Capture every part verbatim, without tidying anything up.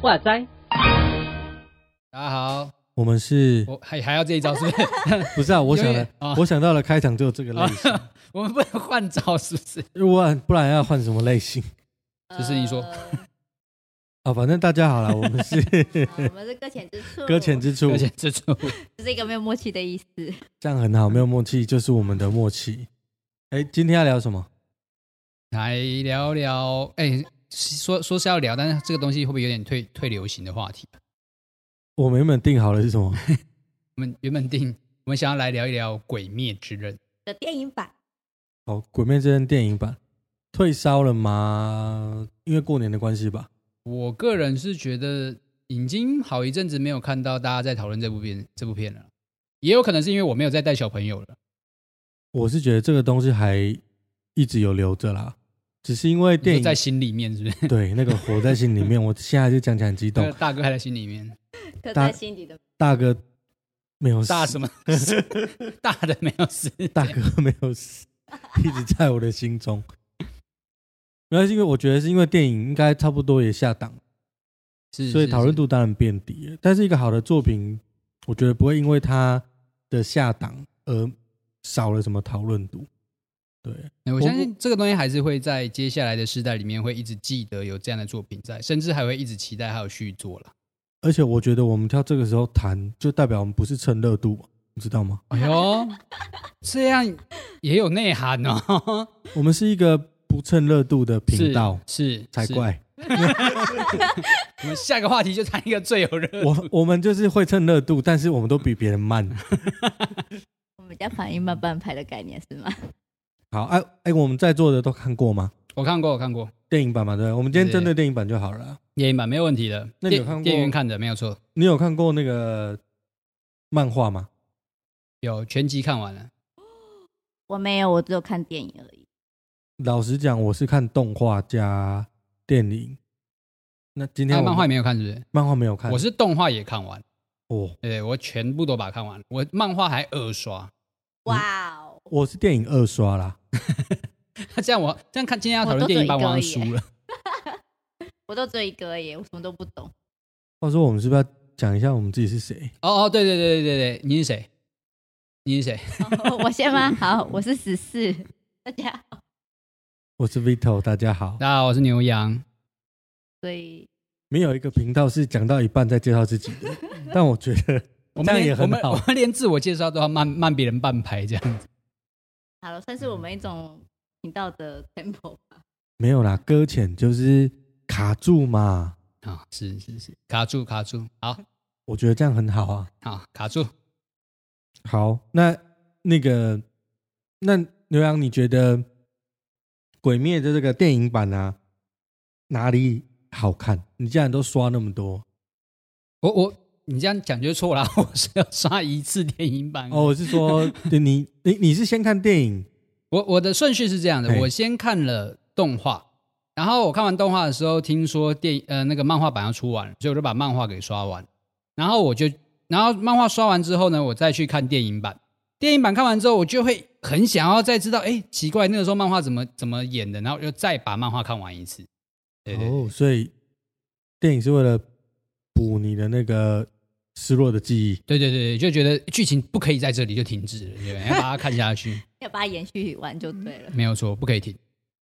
哇塞！ 大家好， 我们是我还还要这一招是不是？ 不是啊？我想了， 哦、 我想到了开场就有这个类型， 我们不能换招是不是？ 不然不然要换什么类型？ 就是你说。 哦，反正大家好了，我们是我们是搁浅之处， 搁浅之处， 搁浅之处， 这是一个没有默契的意思。 这样很好，没有默契就是我们的默契。哎，今天要聊什么？ 来聊聊，哎，说说是要聊，但是这个东西会不会有点退退流行的话题？ 我们原本定好了是什么？ 我们原本定，我们想要来聊一聊《鬼灭之刃》 的电影版。 哦，《鬼灭之刃》电影版退烧了吗？因为过年的关系吧。 我个人是觉得已经好一阵子没有看到大家在讨论这部片这部片了，也有可能是因为我没有在带小朋友了。 我是觉得这个东西还一直有留着啦，只是因为电影在心里面，是不是？ 对，那个火在心里面，我现在就讲起来很激动。 大哥还在心里面， 刻在心里的大哥没有死， 大什么？大的没有死， 大哥没有死，一直在我的心中。原来是因为我觉得是因为电影应该差不多也下档， 是， 所以讨论度当然变低了。但是一个好的作品，我觉得不会因为它的下档而少了什么讨论度。对， 我相信这个东西还是会在接下来的世代里面会一直记得有这样的作品在，甚至还会一直期待还有续作了。 而且我觉得我们挑这个时候谈，就代表我们不是蹭热度，你知道吗？ 哎呦，这样也有内涵哦。 我们是一个不蹭热度的频道， 是才怪。 我们下个话题就谈一个最有热度。 我我们就是会蹭热度，但是我们都比别人慢。 我们家反应慢半拍的概念是吗？ 好，哎、啊、哎、啊，我们在座的都看过吗？ 我看过，我看过电影版嘛，对不对？我们今天针对电影版就好了啦。 电影版没有问题的。 那你有看过？ 电影院看的没有错。 你有看过那个漫画吗？ 有，全集看完了。 我没有，我只有看电影而已。 老实讲，我是看动画加电影。那今天、 啊、漫画也没有看，是不是？ 漫画没有看， 我是动画也看完。 哦， 对，我全部都把它看完，我漫画还二刷。 哇哦！ 我是电影二刷啦。 这样我这样看，今天要讨论电影版，我要输了。 我都只有一个而已，我什么都不懂。 话说，我们是不是要讲一下我们自己是谁？ 哦哦，对对对对对对，你是谁？你是谁？ 哦、我先吗？好，我是十四，大家好。 我是 Vito， 大家好。 大家好，我是牛羊。 所以没有一个频道是讲到一半再介绍自己的，但我觉得这样也很好。 我们我们连自我介绍都要慢慢别人半拍这样子。 好了，算是我们一种频道的 tempo 吧。 没有啦，搁浅就是卡住嘛。 啊、哦，是是是，卡住卡住。好， 我觉得这样很好啊。 好，卡住。 好，那那个那牛羊，你觉得《鬼灭》的这个电影版啊，哪里好看？你既然都刷那么多， 我我你这样讲就错了，我是要刷一次电影版。 哦，我是说，你你你是先看电影， 我我的顺序是这样的，我先看了动画，然后我看完动画的时候，听说电呃那个漫画版要出完，所以我就把漫画给刷完，然后我就然后漫画刷完之后呢，我再去看电影版。电影版看完之后，我就会很想要再知道，哎，奇怪，那个时候漫画怎么怎么演的，然后又再把漫画看完一次。对对对， 哦，所以电影是为了补你的那个失落的记忆。 对对对，就觉得剧情不可以在这里就停止了，对，要把它看下去， 要把它延续完就对了。 没有错，不可以停。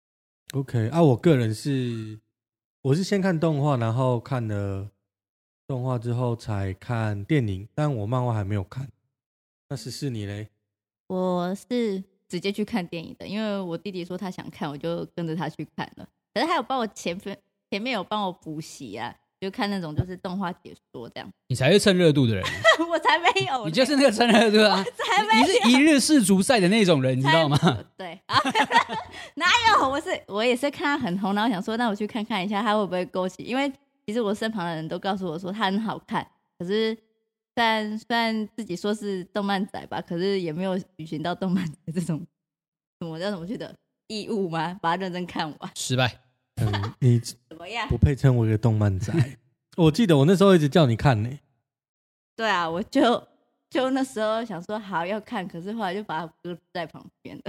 OK， 啊，我个人是我是先看动画，然后看了动画之后才看电影，但我漫画还没有看。那十四你嘞？ 我是直接去看电影的，因为我弟弟说他想看，我就跟着他去看了。可是他有帮我前面前面有帮我补习啊，就看那种就是动画解说这样。 你才是蹭热度的人， 我才没有， 你就是那个蹭热度啊！ 才没有， 你是一日世足赛的那种人，你知道吗？ 对啊，哪有？我是我也是看他很红，然后想说，那我去看看一下他会不会勾起，因为其实我身旁的人都告诉我说他很好看，可是。虽然虽然自己说是动漫仔吧，可是也没有履行到动漫仔这种什么叫什么去的义务吗？把它认真看完。 失败。 嗯，你怎么样？ 不配称为一个动漫仔。我记得我那时候一直叫你看呢、欸。 对啊，我就就那时候想说好要看，可是后来就把它搁在旁边了。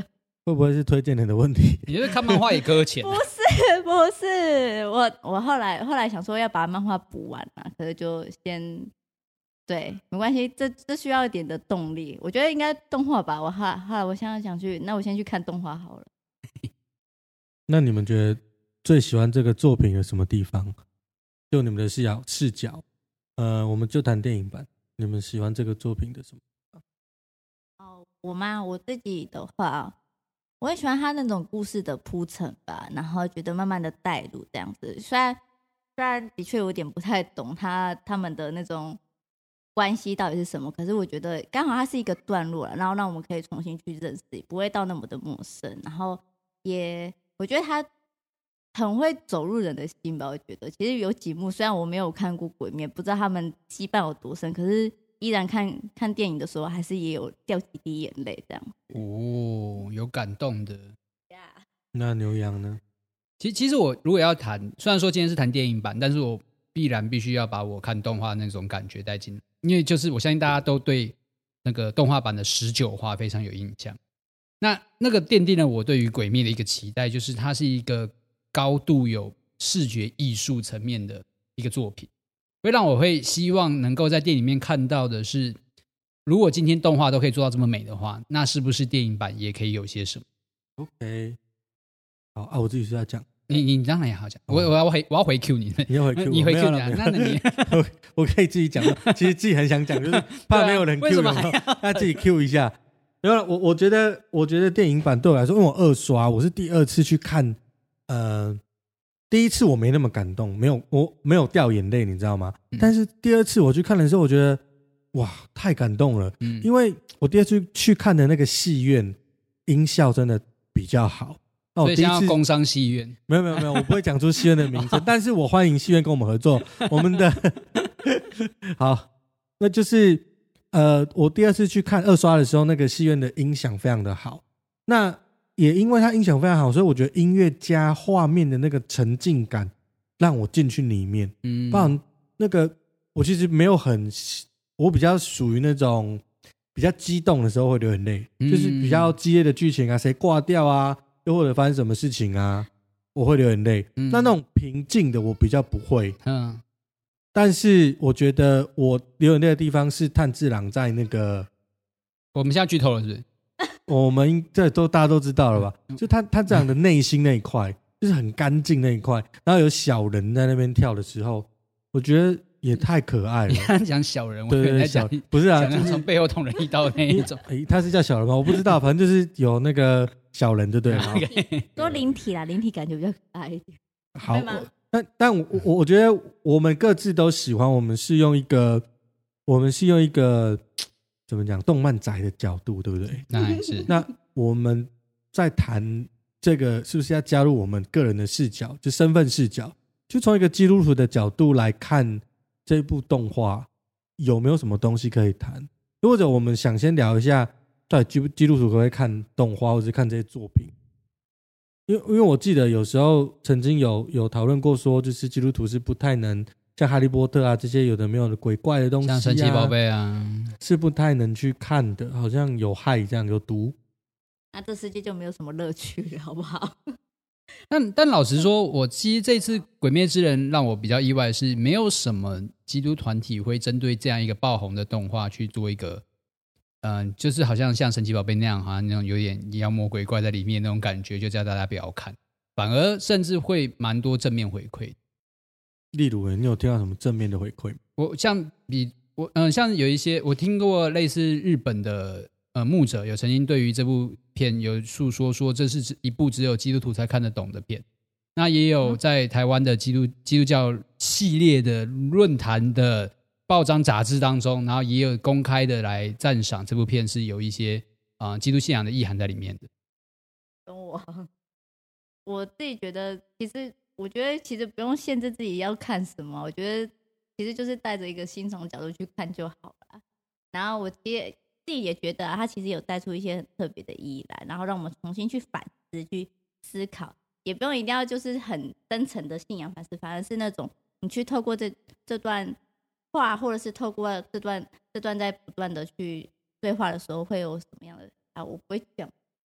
会不会是推荐人的问题？ 你就是看漫画也搁浅？ 不是不是，我我后来后来想说要把漫画补完嘛，可是就先对，没关系，这这需要一点的动力。我觉得应该动画吧。我后来后来我现在想去，那我先去看动画好了。 那你们觉得最喜欢这个作品的什么地方？就你们的视角视角，呃，我们就谈电影版。你们喜欢这个作品的什么？ 哦，我吗？我自己的话，我很喜欢他那种故事的铺陈吧，然后觉得慢慢的带入这样子。虽然虽然的确有点不太懂他他们的那种关系到底是什么，可是我觉得刚好它是一个段落了，然后让我们可以重新去认识，不会到那么的陌生。然后也我觉得他很会走入人的心吧。我觉得其实有几幕，虽然我没有看过《鬼灭》，不知道他们羁绊有多深，可是依然看看电影的时候，还是也有掉几滴眼泪这样。 哦，有感动的。 Yeah. 那牛羊呢？ 其实，其实我如果要谈，虽然说今天是谈电影版，但是我必然必须要把我看动画那种感觉带进来，因为就是我相信大家都对那个动画版的十九话非常有印象。那那个奠定了我对于《鬼灭》的一个期待，就是它是一个高度有视觉艺术层面的一个作品，会让我会希望能够在电影里面看到的是，如果今天动画都可以做到这么美的话，那是不是电影版也可以有些什么 ？OK， 好啊，我自己是要讲。 你你当然也好讲，我我要回我要回 Q 你， 你要回 Q 你回 Q 你啊？那你我我可以自己讲，其实自己很想讲，就是怕没有人 Q 的话，那自己 Q 一下。因为我我觉得我觉得电影版对我来说，因为我二刷，我是第二次去看，呃，第一次我没那么感动，没有我没有掉眼泪，你知道吗？嗯、但是第二次我去看的时候，我觉得哇，太感动了，嗯，因为我第二次去看的那个戏院音效真的比较好。 所以现在要工商戏院？ 没有没有没有，我不会讲出戏院的名字，但是我欢迎戏院跟我们合作。我们的好，那就是呃，我第二次去看二刷的时候，那个戏院的音响非常的好。那也因为它音响非常好，所以我觉得音乐加画面的那个沉浸感，让我进去里面。嗯，不然那个我其实没有很，我比较属于那种比较激动的时候会流眼泪，嗯、就是比较激烈的剧情啊，谁挂掉啊。又或者发生什么事情啊，我会流眼泪。嗯、那那种平静的我比较不会。嗯，但是我觉得我流眼泪的地方是炭治郎在那个， 我们现在剧透了是不是？ 我们这都大家都知道了吧？就炭炭治郎的内心那一块，就是很干净那一块，然后有小人在那边跳的时候，我觉得也太可爱了。 你刚刚讲小人， 对对对，小不是啊， 就是从背后捅人一刀的那一种。 诶，他是叫小人吗？我不知道，反正就是有那个。小人对不对？ 多灵体啦，灵体感觉比较可爱一点。 好，但但我我我觉得我们各自都喜欢，我们是用一个，我们是用一个怎么讲，动漫宅的角度，对不对？ 当然是。 那我们在谈这个，是不是要加入我们个人的视角，就身份视角，就从一个基督徒的角度来看这部动画，有没有什么东西可以谈？或者我们想先聊一下。对，基基督徒可不可以看动画或者看这些作品？因为因为我记得有时候曾经有有讨论过说，就是基督徒是不太能像哈利波特啊这些有的没有的鬼怪的东西、啊， 像神奇宝贝啊， 是不太能去看的，好像有害这样有毒。 那这世界就没有什么乐趣了，好不好？ 但但老实说，我其实这次《鬼灭之刃》让我比较意外的是，没有什么基督团体会针对这样一个爆红的动画去做一个。嗯、呃，就是好像像神奇宝贝那样，好像那种有点妖魔鬼怪在里面那种感觉，就叫大家不要看，反而甚至会蛮多正面回馈。 例如，你有听到什么正面的回馈？ 我像比我嗯、呃，像有一些我听过类似日本的呃牧者有曾经对于这部片有诉说说这是一部只有基督徒才看得懂的片。那也有在台湾的基督基督教系列的论坛的。报章杂志当中，然后也有公开的来赞赏这部片是有一些啊、呃、基督信仰的意涵在里面的。 跟我我自己觉得，其实我觉得其实不用限制自己要看什么，我觉得其实就是带着一个欣赏角度去看就好了。然后我也自己也觉得、啊，它其实有带出一些很特别的意义来，然后让我们重新去反思、去思考，也不用一定要就是很深层的信仰反思，反而是那种你去透过这这段。话或者是透过这段这段在不断的去对话的时候会有什么样的啊？我不会讲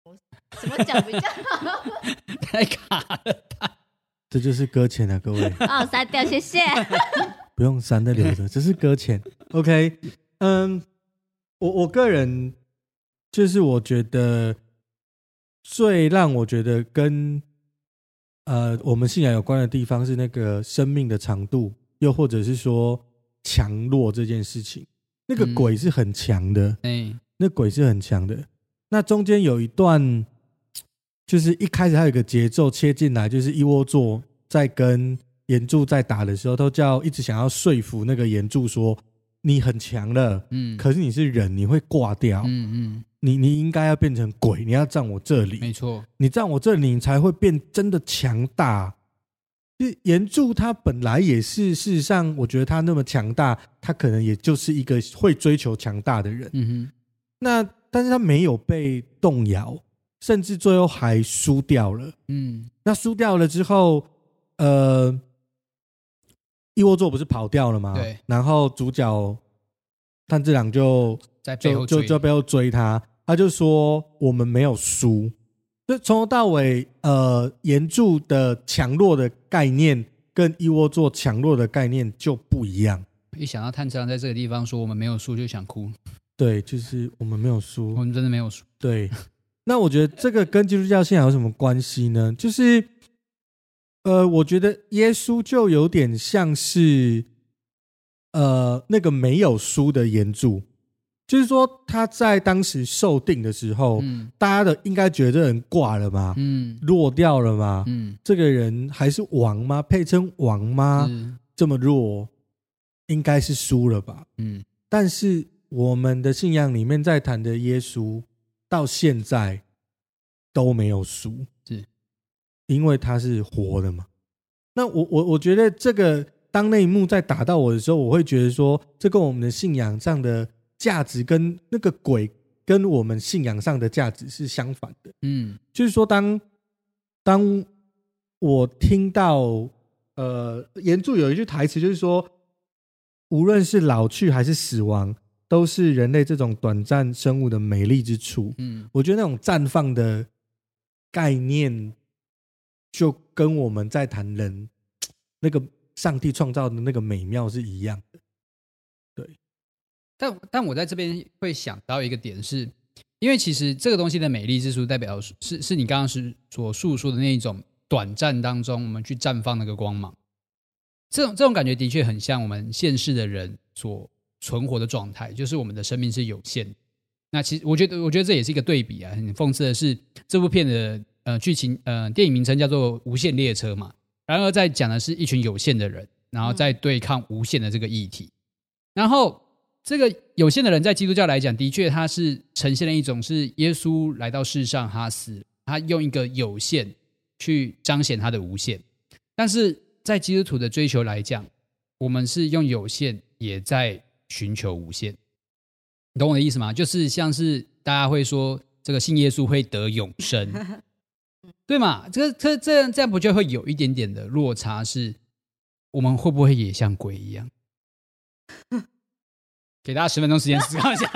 怎么讲比较好？ 太卡了， 这就是搁浅啊，各位。 哦，删掉，谢谢。 不用删的留着，这是搁浅。OK， 嗯，我我个人就是我觉得最让我觉得跟呃我们信仰有关的地方是那个生命的长度，又或者是说强弱这件事情。那个鬼是很强的， 嗯， 那鬼是很强的。那中间有一段，就是一开始还有一个节奏切进来，就是一窝座在跟岩柱在打的时候，都叫一直想要说服那个岩柱说你很强了，嗯，可是你是人，你会挂掉，嗯嗯，你你应该要变成鬼，你要站我这里， 没错， 你站我这里，你才会变真的强大。就岩柱他本来也是，事实上我觉得他那么强大，他可能也就是一个会追求强大的人，嗯哼，那但是他没有被动摇，甚至最后还输掉了，嗯，那输掉了之后，呃，一窝座不是跑掉了吗？ 对， 然后主角炭治郎就在背后追，就就就背后追他，他就说我们没有输。就从头到尾，呃，岩柱的强弱的概念跟一窝座强弱的概念就不一样。 一想到炭治郎在这个地方说我们没有输，就想哭。 对，就是我们没有输， 我们真的没有输。 对，那我觉得这个跟基督教信仰有什么关系呢？就是，呃，我觉得耶稣就有点像是，呃，那个没有输的岩柱。就是说他在当时受定的时候，嗯，大家的应该觉得这人挂了吗？嗯，落掉了吗？嗯，这个人还是王吗？配称王吗？这么弱，应该是输了吧？嗯，但是我们的信仰里面在谈的耶稣，到现在都没有输， 是因为他是活的嘛。那我我我觉得这个当那一幕在打到我的时候，我会觉得说，这跟我们的信仰上的价值跟那个鬼跟我们信仰上的价值是相反的。嗯，就是说当当我听到呃岩柱有一句台词，就是说无论是老去还是死亡，都是人类这种短暂生物的美丽之处。嗯，我觉得那种绽放的概念就跟我们在谈人那个上帝创造的那个美妙是一样的。对， 但但我在这边会想到一个点是，因为其实这个东西的美丽之处代表是是你刚刚是所述说的那一种短暂当中我们去绽放那个光芒，这种这种感觉的确很像我们现世的人所存活的状态，就是我们的生命是有限的。那其实我觉得我觉得这也是一个对比啊，很讽刺的是这部片的呃剧情呃电影名称叫做《无限列车》嘛，然而在讲的是一群有限的人，然后在对抗无限的这个议题，然后这个有限的人在基督教来讲，的确他是呈现了一种是耶稣来到世上，他死，他用一个有限去彰显他的无限。但是在基督徒的追求来讲，我们是用有限也在寻求无限。你懂我的意思吗？就是像是大家会说这个信耶稣会得永生，对嘛？这这这样这样不就会有一点点的落差，是我们会不会也像鬼一样？给大家十分钟时间思考一下。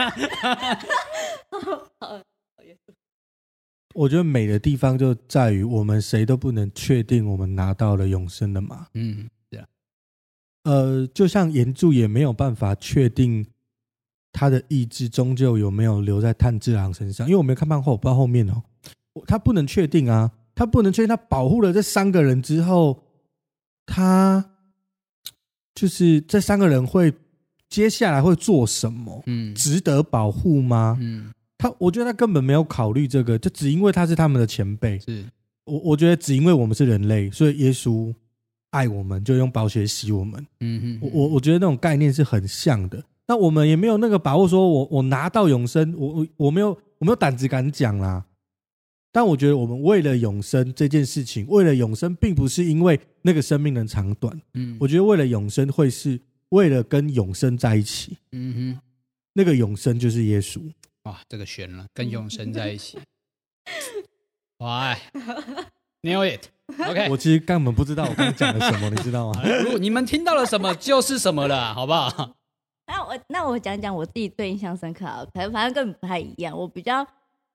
我觉得美的地方就在于我们谁都不能确定我们拿到了永生了嘛。 嗯，是啊。 呃，就像岩柱也没有办法确定他的意志终究有没有留在炭治郎身上，因为我没有看漫画，我不知道后面哦，他不能确定啊，他不能确定他保护了这三个人之后，他就是这三个人会接下来会做什么？嗯，值得保护吗？嗯，他我觉得他根本没有考虑这个，就只因为他是他们的前辈。 是我我觉得只因为我们是人类，所以耶稣爱我们，就用宝血洗我们。嗯哼，我我觉得那种概念是很像的。那我们也没有那个把握，说我我拿到永生，我我我没有我没有胆子敢讲啦。但我觉得我们为了永生这件事情，为了永生，并不是因为那个生命的长短。嗯，我觉得为了永生，会是为了跟永生在一起。嗯哼，那个永生就是耶稣。 哇，这个悬了，跟永生在一起。哇 ，nail it。OK， 我其实根本不知道我刚刚讲了什么，你知道吗？ 如果你们听到了什么，就是什么了，好不好？ 那我那我讲讲我自己最印象深刻啊，可能反正跟你不太一样。我比较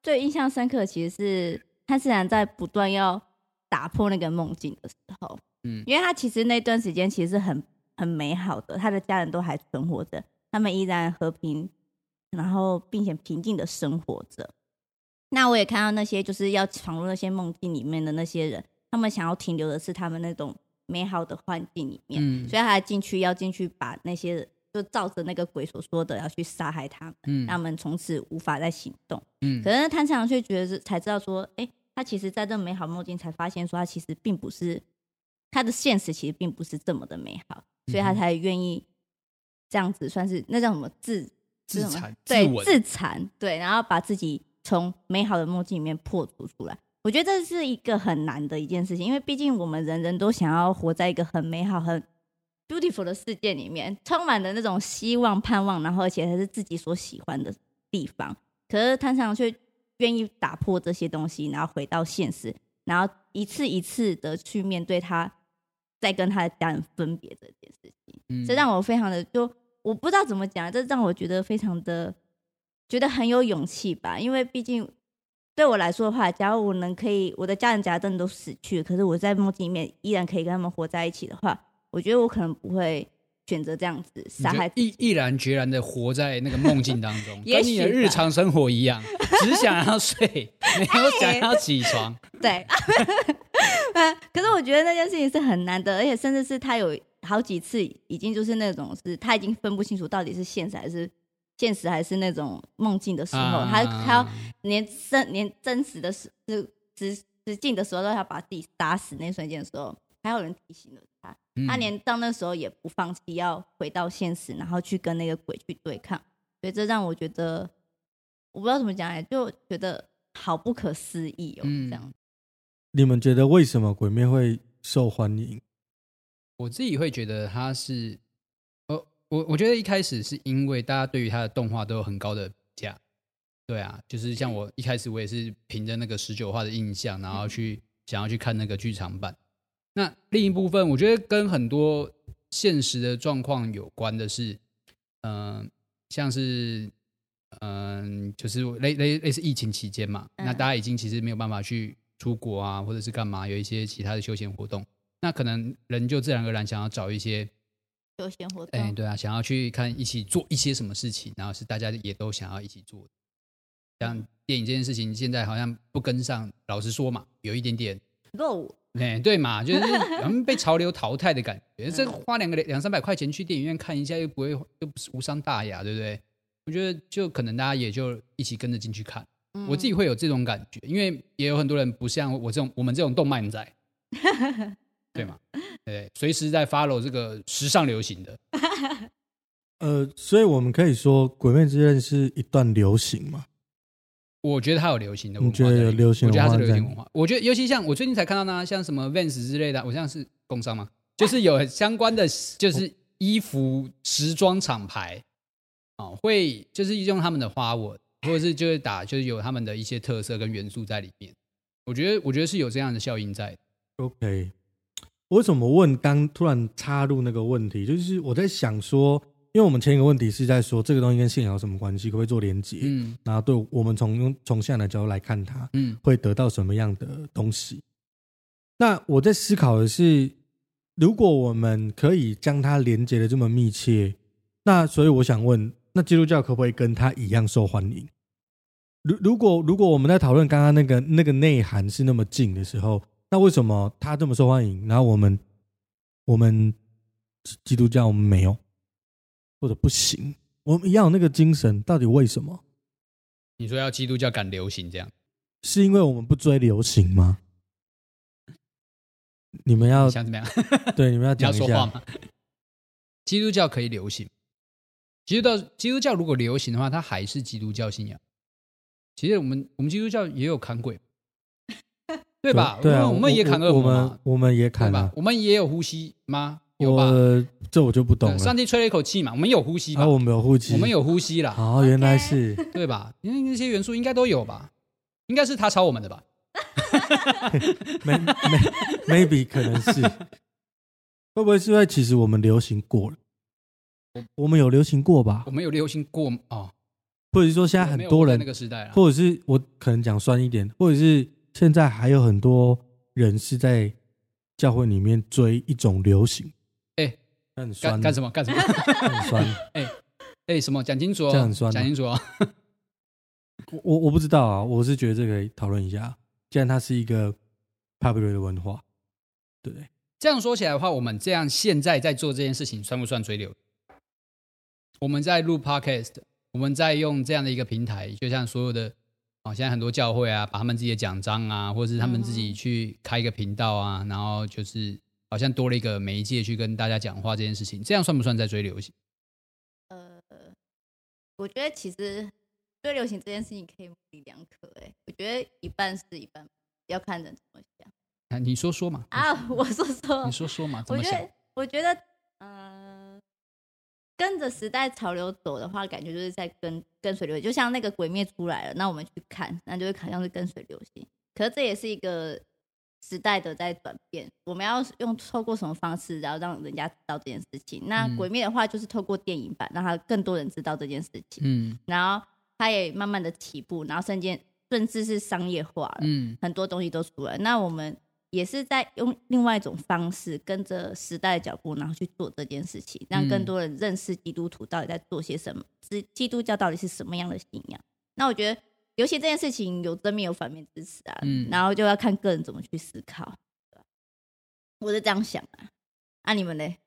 最印象深刻的其实是炭治郎在不断要打破那个梦境的时候，嗯，因为他其实那段时间其实是很很美好的，他的家人都还存活着，他们依然和平，然后并且平静的生活着。那我也看到那些就是要闯入那些梦境里面的那些人，他们想要停留的是他们那种美好的环境里面，嗯、所以他进去要进去把那些人就照着那个鬼所说的要去杀害他们，嗯、让他们从此无法再行动。嗯、可是炭治郎却觉得才知道说，哎、欸，他其实在这美好梦境才发现说，他其实并不是他的现实，其实并不是这么的美好，所以他才愿意这样子，算是那叫什么自自残， 对，自残，对，然后把自己从美好的梦境里面破除出来。我觉得这是一个很难的一件事情，因为毕竟我们人人都想要活在一个很美好很 beautiful 的世界里面，充满了那种希望盼望，然后而且还是自己所喜欢的地方。可是炭治郎却愿意打破这些东西，然后回到现实，然后一次一次的去面对他在跟他的家人分别这件事情、嗯、这让我非常的就我不知道怎么讲，这让我觉得非常的觉得很有勇气吧。因为毕竟对我来说的话，假如我能可以我的家人家人都死去了，可是我在梦境里面依然可以跟他们活在一起的话，我觉得我可能不会选择这样子杀害自己， 毅毅然决然的活在那个梦境当中跟你的日常生活一样，只想要睡没有想要起床对可是我觉得那件事情是很难的，而且甚至是他有好几次已经就是那种是他已经分不清楚到底是现实还是现实还是那种梦境的时候、啊、他他要连真连真实的实实实境的时候都要把自己打死，那瞬间的时候还有人提醒了他、嗯、他连到那时候也不放弃要回到现实，然后去跟那个鬼去对抗。所以这让我觉得我不知道怎么讲，就觉得好不可思议哦、嗯、这样。 你们觉得为什么鬼灭会受欢迎？ 我自己会觉得他是我, 我觉得一开始是因为大家对于他的动画都有很高的评价，对啊，就是像我一开始我也是凭着那个十九话的印象，然后去想要去看那个剧场版。那另一部分我觉得跟很多现实的状况有关的是，嗯、呃，像是嗯、呃，就是类类类似疫情期间嘛，那大家已经其实没有办法去出国啊，或者是干嘛，有一些其他的休闲活动，那可能人就自然而然想要找一些休闲活动， 哎，对啊，想要去看一起做一些什么事情，然后是大家也都想要一起做的。像电影这件事情，现在好像不跟上，老实说嘛，有一点点够， 哎，对嘛，就是好像被潮流淘汰的感觉。这花两个两三百块钱去电影院看一下，又不会又不是无伤大雅，对不对？我觉得就可能大家也就一起跟着进去看。嗯、我自己会有这种感觉，因为也有很多人不像我这种我们这种动漫仔。对嘛？对，随时在 follow 这个时尚流行的。 呃，所以我们可以说《鬼灭之刃》是一段流行嘛？ 我觉得它有流行的文化， 你觉得有流行文化？ 我觉得它是流行文化。我觉得尤其像我最近才看到呢，像什么 Vans 之类的，我像是工商嘛，就是有相关的，就是衣服时装厂牌啊、哦，会就是用他们的花纹，或者是就是打就是有他们的一些特色跟元素在里面。我觉得我觉得是有这样的效应在的。 OK。我为什么问刚突然插入那个问题，就是我在想说，因为我们前一个问题是在说这个东西跟信仰有什么关系，可不可以做连结、嗯、然后对我们从从信仰的角度来看它、嗯、会得到什么样的东西。那我在思考的是，如果我们可以将它连结的这么密切，那所以我想问，那基督教可不可以跟它一样受欢迎？如如果如果我们在讨论刚刚那个那个内涵是那么近的时候，那为什么他这么受欢迎，然后我们我们基督教我们没有，或者不行？我们一样有那个精神，到底为什么？ 你说要基督教赶流行这样， 是因为我们不追流行吗？你们要你想怎么样？ 对，你们要讲一下。 你要说话吗？基督教可以流行，基督教基督教如果流行的话，它还是基督教信仰。其实我们我们基督教也有砍鬼。对吧？ 对啊， 我们也砍恶魔嘛， 我们我们也砍吧？我们也有呼吸吗？有吧？ 我这我就不懂了。 上帝吹了一口气嘛，我们有呼吸吧？ 啊，我们有呼吸， 我们有呼吸啦。 哦，原来是对吧？因为那些元素应该都有吧？应该是他抄我们的吧 ？Maybe 可能是，会不会是因为其实我们流行过了？我们有流行过吧？ 我们有流行过哦。 或者是说现在很多人那个时代， 或者是我可能讲酸一点，或者是现在还有很多人是在教会里面追一种流行。 哎、欸， 很酸， 干什么干什么？ 很酸。 哎哎、欸欸，什么？讲清楚哦， 这样很酸、啊， 讲清楚哦。 我我不知道啊，我是觉得这个可以讨论一下。既然它是一个 popular 的文化，对不对？ 这样说起来的话，我们这样现在在做这件事情，算不算追流？我们在录 podcast， 我们在用这样的一个平台，就像所有的啊、哦，现在很多教会啊，把他们自己的奖章啊，或者是他们自己去开一个频道啊，嗯、然后就是好像多了一个媒介去跟大家讲话这件事情，这样算不算在追流行？ 呃，我觉得其实追流行这件事情可以模棱两可，哎，我觉得一半是一半，要看人怎么想。 啊，你说说嘛。 啊，我说说， 你说说嘛，怎么想？ 我觉得，我觉得，呃，跟着时代潮流走的话，感觉就是在跟跟随流行，就像那个鬼灭出来了，那我们去看，那就会好像是跟随流行。可是这也是一个时代的在转变，我们要用透过什么方式，然后让人家知道这件事情。那鬼灭的话，就是透过电影版，让他更多人知道这件事情。嗯，然后他也慢慢的起步，然后甚至甚至是商业化了，嗯，很多东西都出来。那我们也是在用另外一种方式，跟着时代的脚步，然后去做这件事情，让更多人认识基督徒到底在做些什么，基督教到底是什么样的信仰。那我觉得尤其这件事情有正面有反面支持啊，嗯，然后就要看个人怎么去思考，我是这样想啊。啊，你们呢？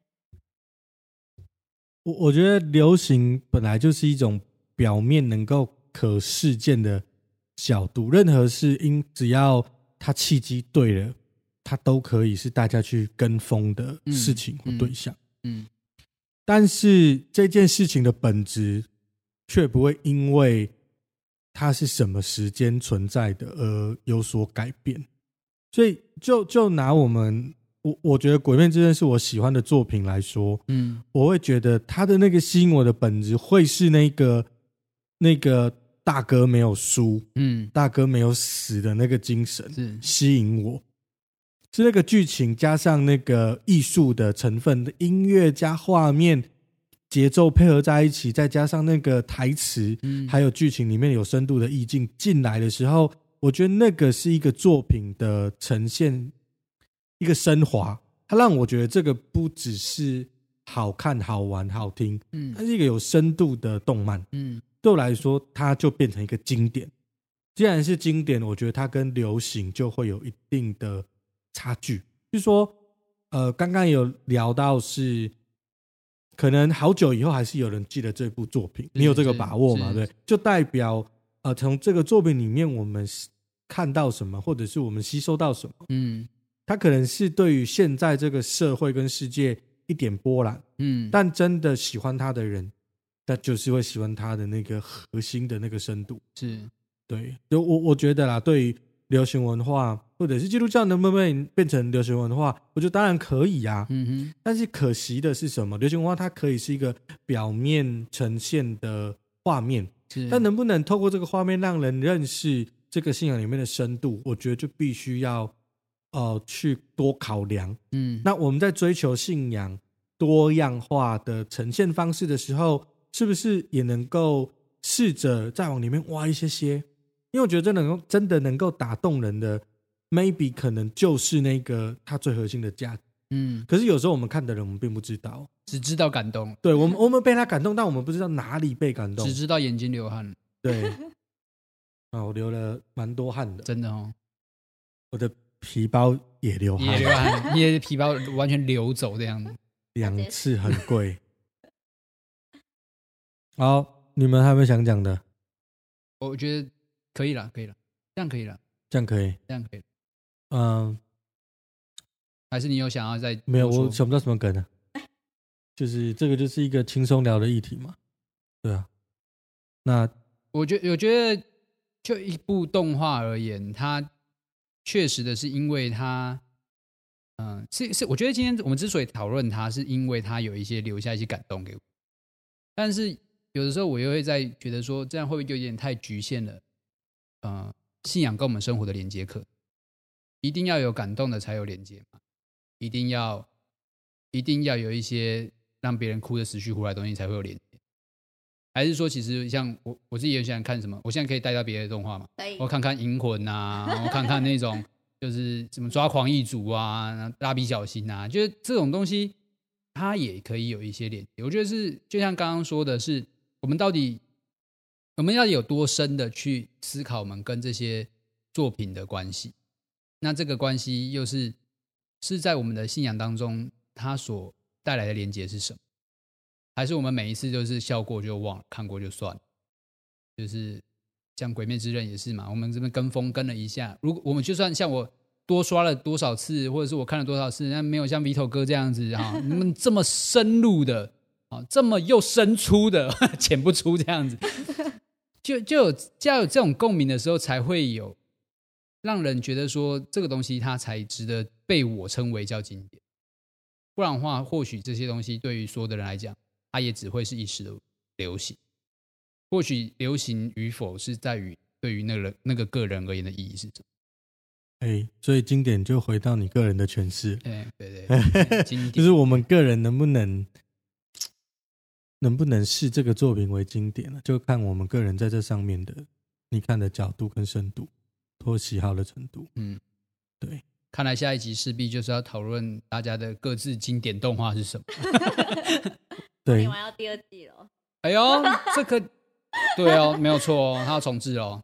我我觉得流行本来就是一种表面能够可事件的角度，任何事因只要它契机对了，它都可以是大家去跟风的事情或对象。嗯，嗯嗯但是这件事情的本质却不会因为它是什么时间存在的而有所改变。所以就就拿我们我我觉得《鬼灭之刃》是我喜欢的作品来说，嗯，我会觉得它的那个吸引我的本质会是那个那个大哥没有输，嗯，大哥没有死的那个精神是吸引我，是那个剧情加上那个艺术的成分，音乐加画面节奏配合在一起，再加上那个台词、嗯、还有剧情里面有深度的意境进来的时候，我觉得那个是一个作品的呈现，一个升华。它让我觉得这个不只是好看好玩好听，嗯，它是一个有深度的动漫，嗯，对我来说它就变成一个经典。既然是经典，我觉得它跟流行就会有一定的差距。就是说呃，刚刚有聊到是可能好久以后还是有人记得这部作品，你有这个把握吗？对，就代表呃，从这个作品里面我们看到什么，或者是我们吸收到什么，嗯，它可能是对于现在这个社会跟世界一点波澜，嗯，但真的喜欢它的人，他就是会喜欢它的那个核心的那个深度，是对。就我我觉得啦，对于流行文化或者是基督教能不能变成流行文化，我觉得当然可以啊，嗯哼。但是可惜的是什么？流行文化它可以是一个表面呈现的画面，但能不能透过这个画面让人认识这个信仰里面的深度，我觉得就必须要呃去多考量。嗯，那我们在追求信仰多样化的呈现方式的时候，是不是也能够试着再往里面挖一些些？因为我觉得真的能够真的能够打动人的 maybe 可能就是那个它最核心的价值。嗯，可是有时候我们看的人我们并不知道， 只知道感动。 对，我们我们被他感动，但我们不知道哪里被感动， 只知道眼睛流汗。 对啊，我流了蛮多汗的， 真的哦。 我的皮包也流汗， 也流汗，你的皮包完全流走这样子， 两次很贵。好，你们还有没有想讲的？ 我觉得可以了，可以了，这样可以了， 这样可以， 这样可以。 嗯， 还是你有想要再没有？我想不到什么梗呢、啊。就是这个就是一个轻松聊的议题嘛，对啊。那我觉得，我觉得就一部动画而言，它确实的是因为它，嗯、呃，是是，我觉得今天我们之所以讨论它，是因为它有一些留下一些感动给我。但是有的时候我又会在觉得说，这样会不会有点太局限了？呃，信仰跟我们生活的连接课，一定要有感动的才有连接嘛？一定要一定要有一些让别人哭得死去活来的东西才会有连接， 还是说其实像我我自己也喜欢看什么，我现在可以带到别的动画嘛？ 可以我看看银魂啊，我看看那种就是什么抓狂一族啊、蜡笔小新啊，就是这种东西它也可以有一些连接。我觉得是就像刚刚说的是，我们到底我们要有多深的去思考我们跟这些作品的关系，那这个关系又是是在我们的信仰当中它所带来的连接是什么？还是我们每一次就是笑过就忘了，看过就算了？就是像《鬼灭之刃》也是嘛，我们这边跟风跟了一下，如果我们就算像我多刷了多少次，或者是我看了多少次，那没有像 Vito 哥这样子哈，你们这么深入的啊，这么又深出的浅不出这样子，就就有就要有这种共鸣的时候，才会有让人觉得说这个东西它才值得被我称为叫经典。不然的话，或许这些东西对于所有的人来讲，它也只会是一时的流行。或许流行与否是在于对于那个人那个个人而言的意义是什么。 哎，所以经典就回到你个人的诠释。 哎，对对对，经典就是我们个人能不能能不能视这个作品为经典呢？就看我们个人在这上面的你看的角度跟深度，或喜好的程度。嗯，对。 看来下一集势必就是要讨论大家的各自经典动画是什么。 对， 你玩到第二季了。 哎呦，这个对哦，没有错哦，他要重置哦。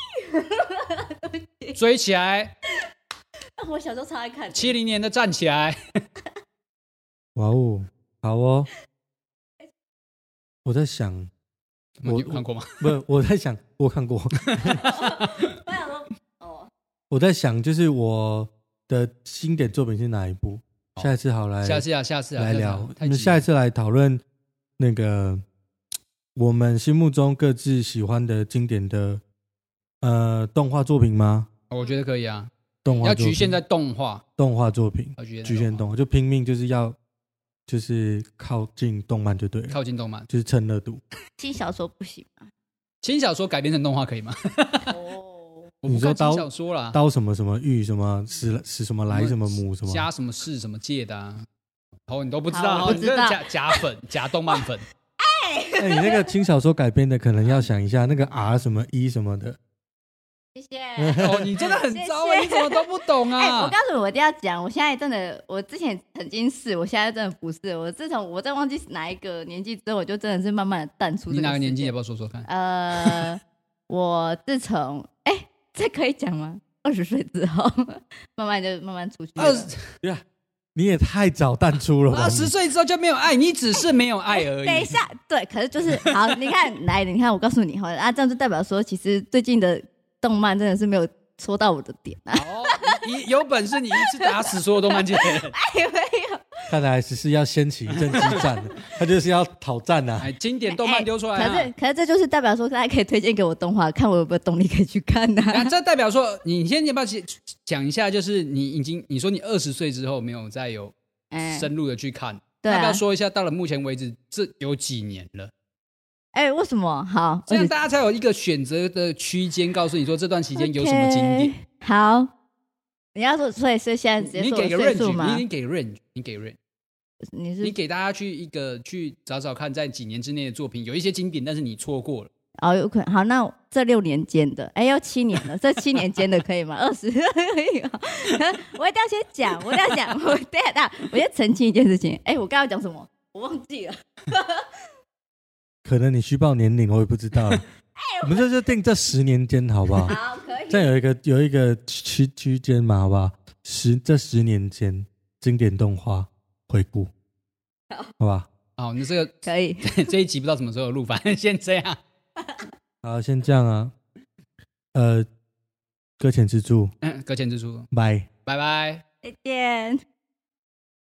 追起来！ 我小时候超爱看。 七零年的站起来！ 哇哦，好哦。我在想， 我有看过吗？ 不是，我在想，我看过。 我想说，哦， 我在想，就是我的经典作品是哪一部？哦、下一次好来， 下次啊，下次啊， 来聊。我们下一次来讨论那个我们心目中各自喜欢的经典的呃动画作品吗？ 我觉得可以啊。 动画要局限在动画， 动画作品， 要局限局限动画，就拼命就是要就是靠近动漫就对了， 靠近动漫就是蹭热度。 轻小说不行吗？ 轻小说改编成动画可以吗？ 哦， 我不看轻小说啦， 刀什么什么玉什么死死什么来什么母什么加什么是什么界的啊？哦，你都不知道， 你这假假粉假动漫粉。 哎、欸，你那个轻小说改编的可能要想一下，那个 R 什么 E 什么的。 谢谢。 哦，你真的很糟啊！你怎么都不懂啊？ 哎、欸，我告诉你，我一定要讲，我现在真的，我之前曾经是，我现在真的不是。我自从我在忘记哪一个年纪之后，我就真的是慢慢的淡出这个。 你哪个年纪？要不要说说看？ 呃，我自从哎、欸，这可以讲吗？二十岁之后，慢慢就慢慢出去了。 二十， 对啊，你也太早淡出了吧。 二十岁之后就没有爱，你只是没有爱而已。 等一下，对，可是就是好，你看，来，你看，我告诉你哈，啊，这样就代表说，其实最近的动漫真的是没有戳到我的点啊。 哦，你有本事你一次打死所有动漫界的人。 哎，没有。 看来只是要掀起一阵激战，他就是要讨战啊！ 哎，经典动漫丢出来、啊欸，可是可是这就是代表说，大家可以推荐给我动画，看我有没有动力可以去看呢、啊？ 这代表说，你先要不要讲一下？就是你已经你说你二十岁之后没有再有深入的去看，欸、要不要说一下？到了目前为止，这有几年了？ 哎、欸，为什么？好， 这样大家才有一个选择的区间，告诉你说这段期间有什么经典。 Okay, 好，你要说，所以是现在直接说我岁数吗？ 你你给 range， 你给 range， 你是你给大家去一个去找找看，在几年之内的作品有一些经典，但是你错过了。 哦，有可能。好，那这六年间的，哎，要七年了，这七年间的可以吗？二十可以吗？我一定要先讲，我一定要讲，我等一下，我先澄清一件事情。哎，我刚刚讲什么？我忘记了。 可能你虚报年龄，我也不知道。我们这就定这十年间，好不好？ 好，可以。 这样有一个有一个区区间嘛，好不好？十这十年间经典动画回顾，好，好吧？ 好，那这个可以。 这一集不知道什么时候录，反正先这样。 好，先这样啊。呃，搁浅之助， 嗯，搁浅之助， 拜拜拜， 再见。